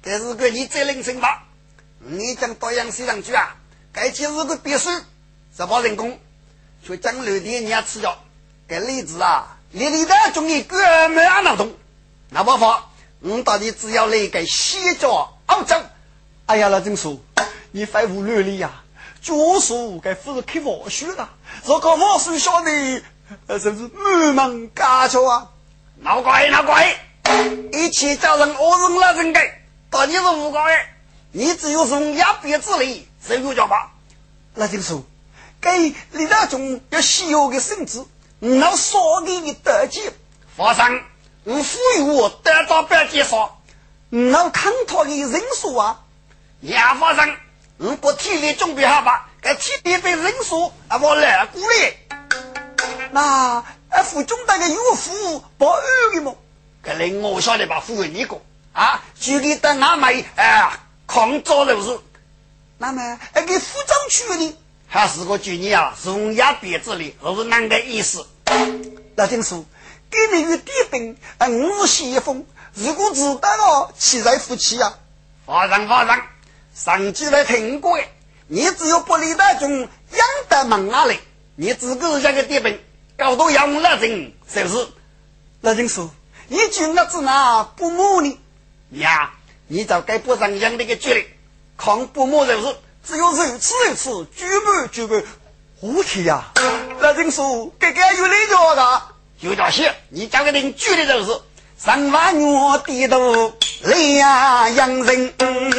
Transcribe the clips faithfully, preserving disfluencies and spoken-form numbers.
该是个你责任心吧？你将多样西上去啊？该就是个别墅，十八人工，却将楼的你要吃掉。该例子啊，你你的中医根没安脑洞，那办法？我到底只要那个西脚澳洲。 哎呀，老郑叔，你废物乱理呀！教书该不是开玩笑的，如果我是晓得，呃，是不是满门嘎巧啊？ 闹怪闹怪，一切叫人恶人了人该，到底是无高的，你只有从压别之力，谁有叫吧？ 老郑叔，该你那种要稀有的性质，能说给你得见。 发生，我赋予我得到别介绍， 能看他的人数啊。 也发生，我不体力准备好吧？该体力被人数啊，我来鼓励。 那啊，府中大概有福不二的么？ 该令我晓得吧，服务你个啊，距离的那买啊，抗造都是。 那么那个府长去的， 还是个距离啊，从压别之力，而是哪个意思？ 老丁叔，给你个点兵啊，我是西风，如果知道了，岂在夫妻啊？ 发生发生。上级来听过，你只有不理那种养得忙啊嘞，你自个像个点兵，搞到养了人，是不是？ 老丁叔，你就我只拿不摸你呀，你就该不上养的个距离，抗不摸就是，只有如此如此，举不举不， 我天呀！老丁叔，这个有理着的， 有点些，你讲个人距离就是。 三万月低头俩洋人，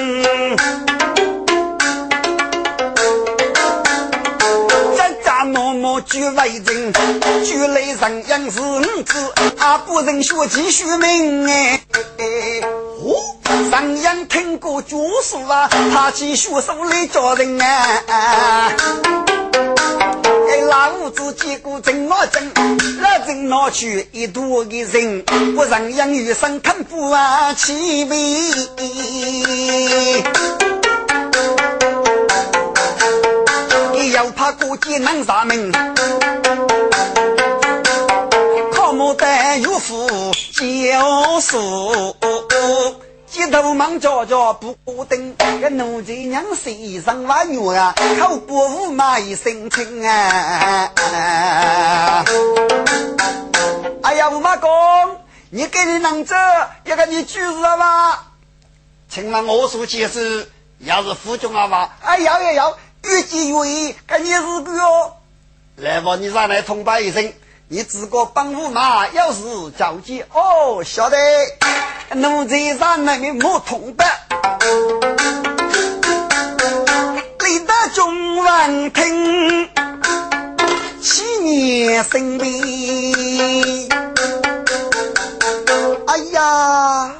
家家默默举为人，举来上样是五子，啊不人学继续命哎。哦，上样听过教书啊，他去学手来教人啊。老五子结果真我真，那真拿去一多的人，不让养育生看不啊起味。你要怕估计能杀命，靠莫得有福教书。街头忙着着不固定，个奴才娘身上玩女啊，口不无马一生情啊！哎呀，吴马公，你给你弄这，要给你举日吧？ 请问我所解释，要是副中啊吧？ 哎，要要要，越级越义，给你日个哟！ 来吧，你上来通报一声。你自个帮扶马，要是着急哦，晓得。奴才上那边莫通报，李大中王听，七年生病。哎呀，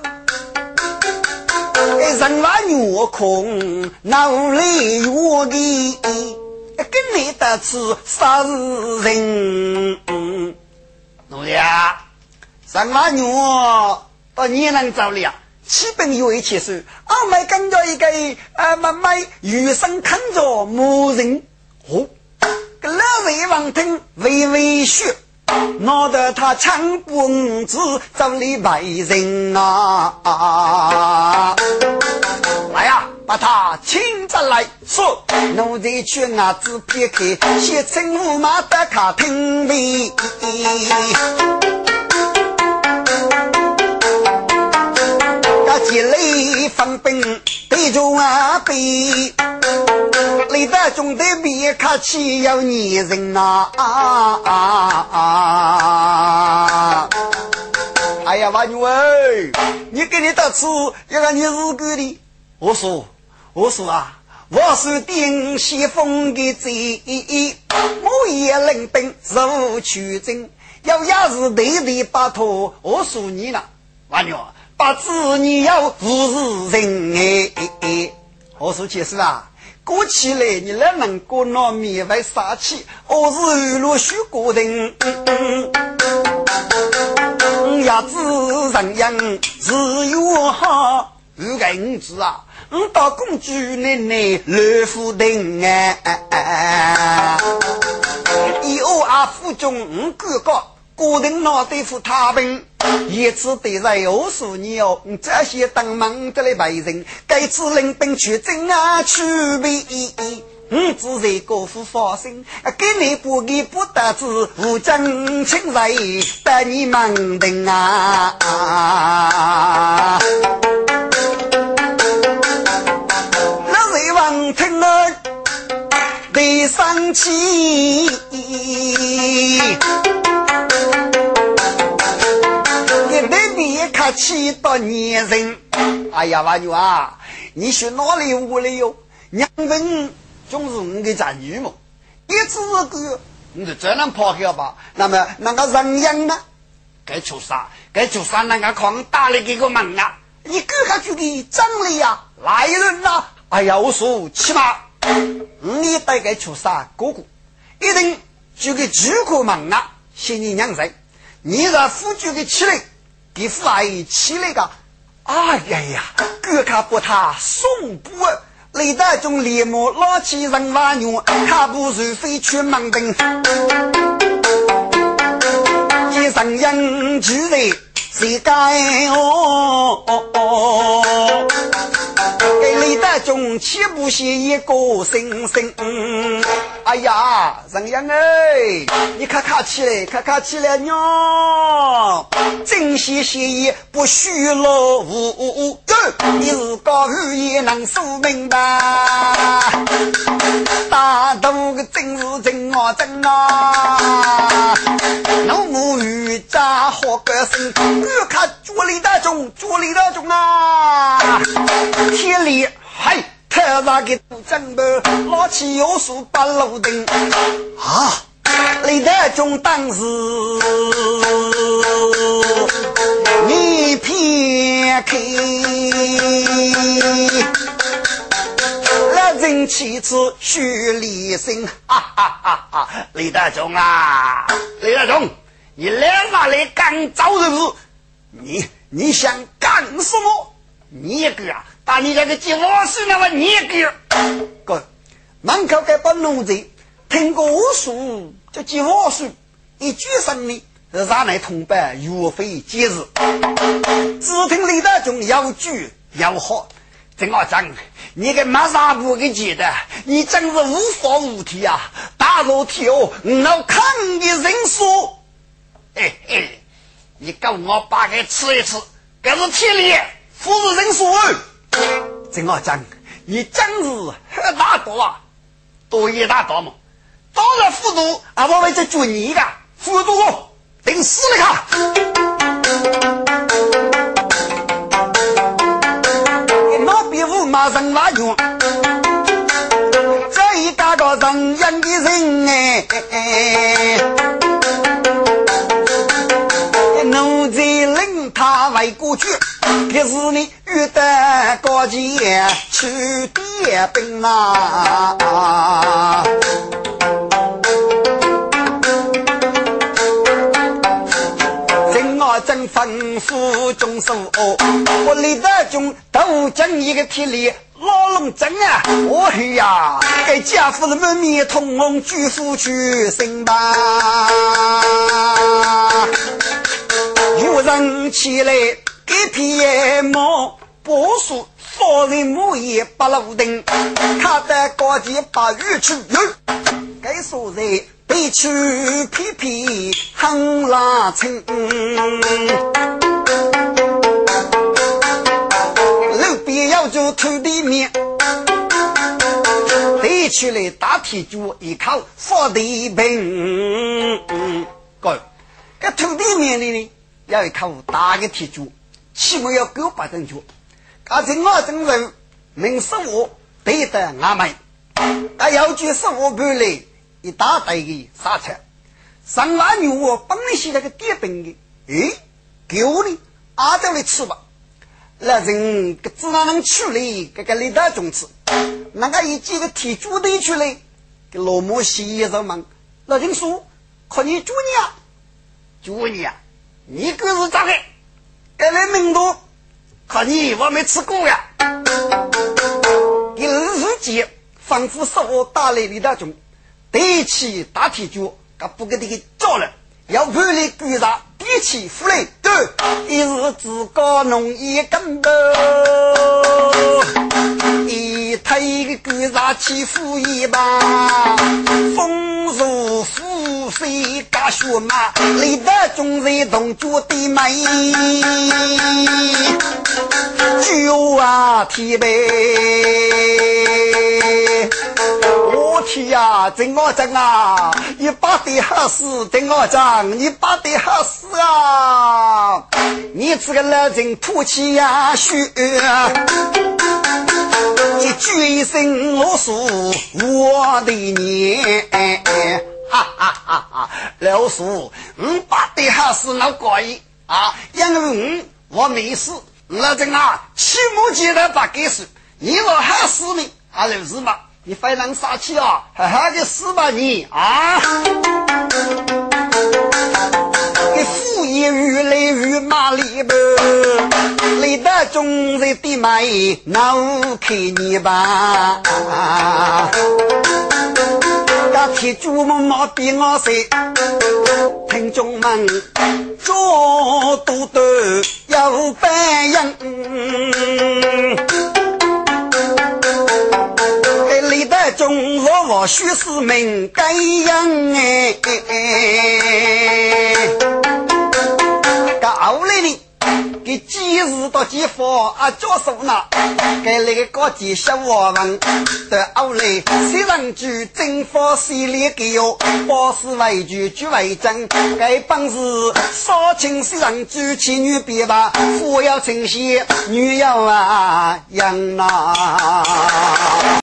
人玩月空，脑里我的。跟你的吃杀人， 奴家三万牛到你能找了啊？ 基本有一切事，俺们跟着一个啊，慢慢余生看着某人哦，个老魏王听微微学，闹得他强不子找里外人啊！啊来呀！把他请上来说，奴才去牙子撇开，先称驸马的卡听呗。他几类方兵对着啊背，雷达中的别客气要拟人呐！啊啊啊！哎呀，娃女儿，你给你的吃，要让你日个的。我说。我说啊，我是定西风的贼，我也能等受取经，要要是对对把头，我说你了，完了，把子你要服人哎哎哎，我说其实啊，过起来你来能过那灭外杀气，我是雨落许过人，呀子人样只有好。如个五子啊，我到公主奶奶老夫人啊，以后啊府中五哥哥个人脑袋副他兵， 也只得在有数你哦，这些当忙的来白人，该次领兵去征啊去比。嗯，只是国父发生，给你不给不得知，无将亲来带你忙定啊！那谁望听儿得生气，给那别看气到年人。哎呀，娃女啊，你去哪里屋里哟？娘们。总是你的战女嘛，一次个你就这样跑掉吧。那么那个人样呢？该出啥？该出啥？那个狂打了这个门啊！你哥下去的张力呀，来人呐！哎呀，我说起码你大概出啥哥哥，一定就给举个门啊！谢你娘人，你让夫举给起来，给父爱起来个！哎呀呀，哥看不他送不。雷达中猎魔拉起人马牛，他不是飞去忙兵，一上人居人谁该哦哦哦，给雷达中岂不是一个星星？哎呀，人样哎，你看看起来，看看起来喏，真些协议不许落伍。你是高语也能说明白，大都个真是真啊真啊，老母语家好个声，越看桌里的中，桌里的中啊，天里嗨，特大个真的拿起有数把楼顶啊，里的中当时你撇开。那人妻子许立生，哈哈哈哈！李大忠啊，李大忠，你来哪里干招人物？你你想干什么？你一个啊，把你这个鸡窝是那么你一个，哥，门口该把奴才听过我说，这鸡窝是一句声呢。让来同伴岳飞节日，只听李大忠要句要好，真我讲，你个马萨布给记得，你真是无法无天啊！大肉体哦，我看的人数，哎哎，你跟我把给吃一吃，这是体力，不是人数。真我讲，你真是很大多啊，多一大多嘛，当然复读啊，我为这做你一个复读哦。顶死了看，那比武马上拉用，这一个个人样的人哎，奴才领他为过去，可是你遇得高阶去点兵啊。真吩咐中手哦，我李大忠都将一个体力老龙针啊！哦嘿呀，给家父的门面通红举夫去行吧，有人起来给皮毛波数，所人木叶八路灯，他的高级把玉去有，该说人。背去皮皮很拉称，路边要做土地面，背去了大铁柱一靠放地平。各这土地面里呢，要一靠大的铁柱，起码要够八等柱。而且我真人能使我对得俺们，但要句使我不来。一大袋的沙车，上万牛我帮你洗那个点饼的，诶，给我呢，阿掉来吃吧。那人个只能处理这个李大忠吃，那个一几个铁柱的出来，给老母洗一上忙。那人说，看你主你啊，主你啊，你可是咋的？给来名多，看你我没吃过呀。给日记仿佛是我打来李大忠。对起大铁柱，他不给这个照了，要不来举上，比起扶来，对， 一日自个弄一根头，一推个啥欺负一把，风如虎飞嘎血马，里的中人同住的美，酒啊提杯。我天呀，真我真啊！你把的好死，真我真，你把的好死啊！你这个老人吐气呀血，一句一声我说我的年，哈哈哈哈！老叔，你把的好死那可以啊，因为我没事，老人啊，起码记得把给死，你说好死命啊，就是嘛。你非常杀气啊，好好的死吧你啊！你富也与雷与马里边，雷的中人的美，那我看你吧。那铁柱们毛比我谁？听众们，做多多有白样。里的中若我许是命该样哎，个后来呢，给几日到几佛啊教授呢，给那个高级小我们的后来虽然句政府系列给哟，保持为句句为真，该本事少情虽然句妻女别吧，父要承袭女要啊养啊。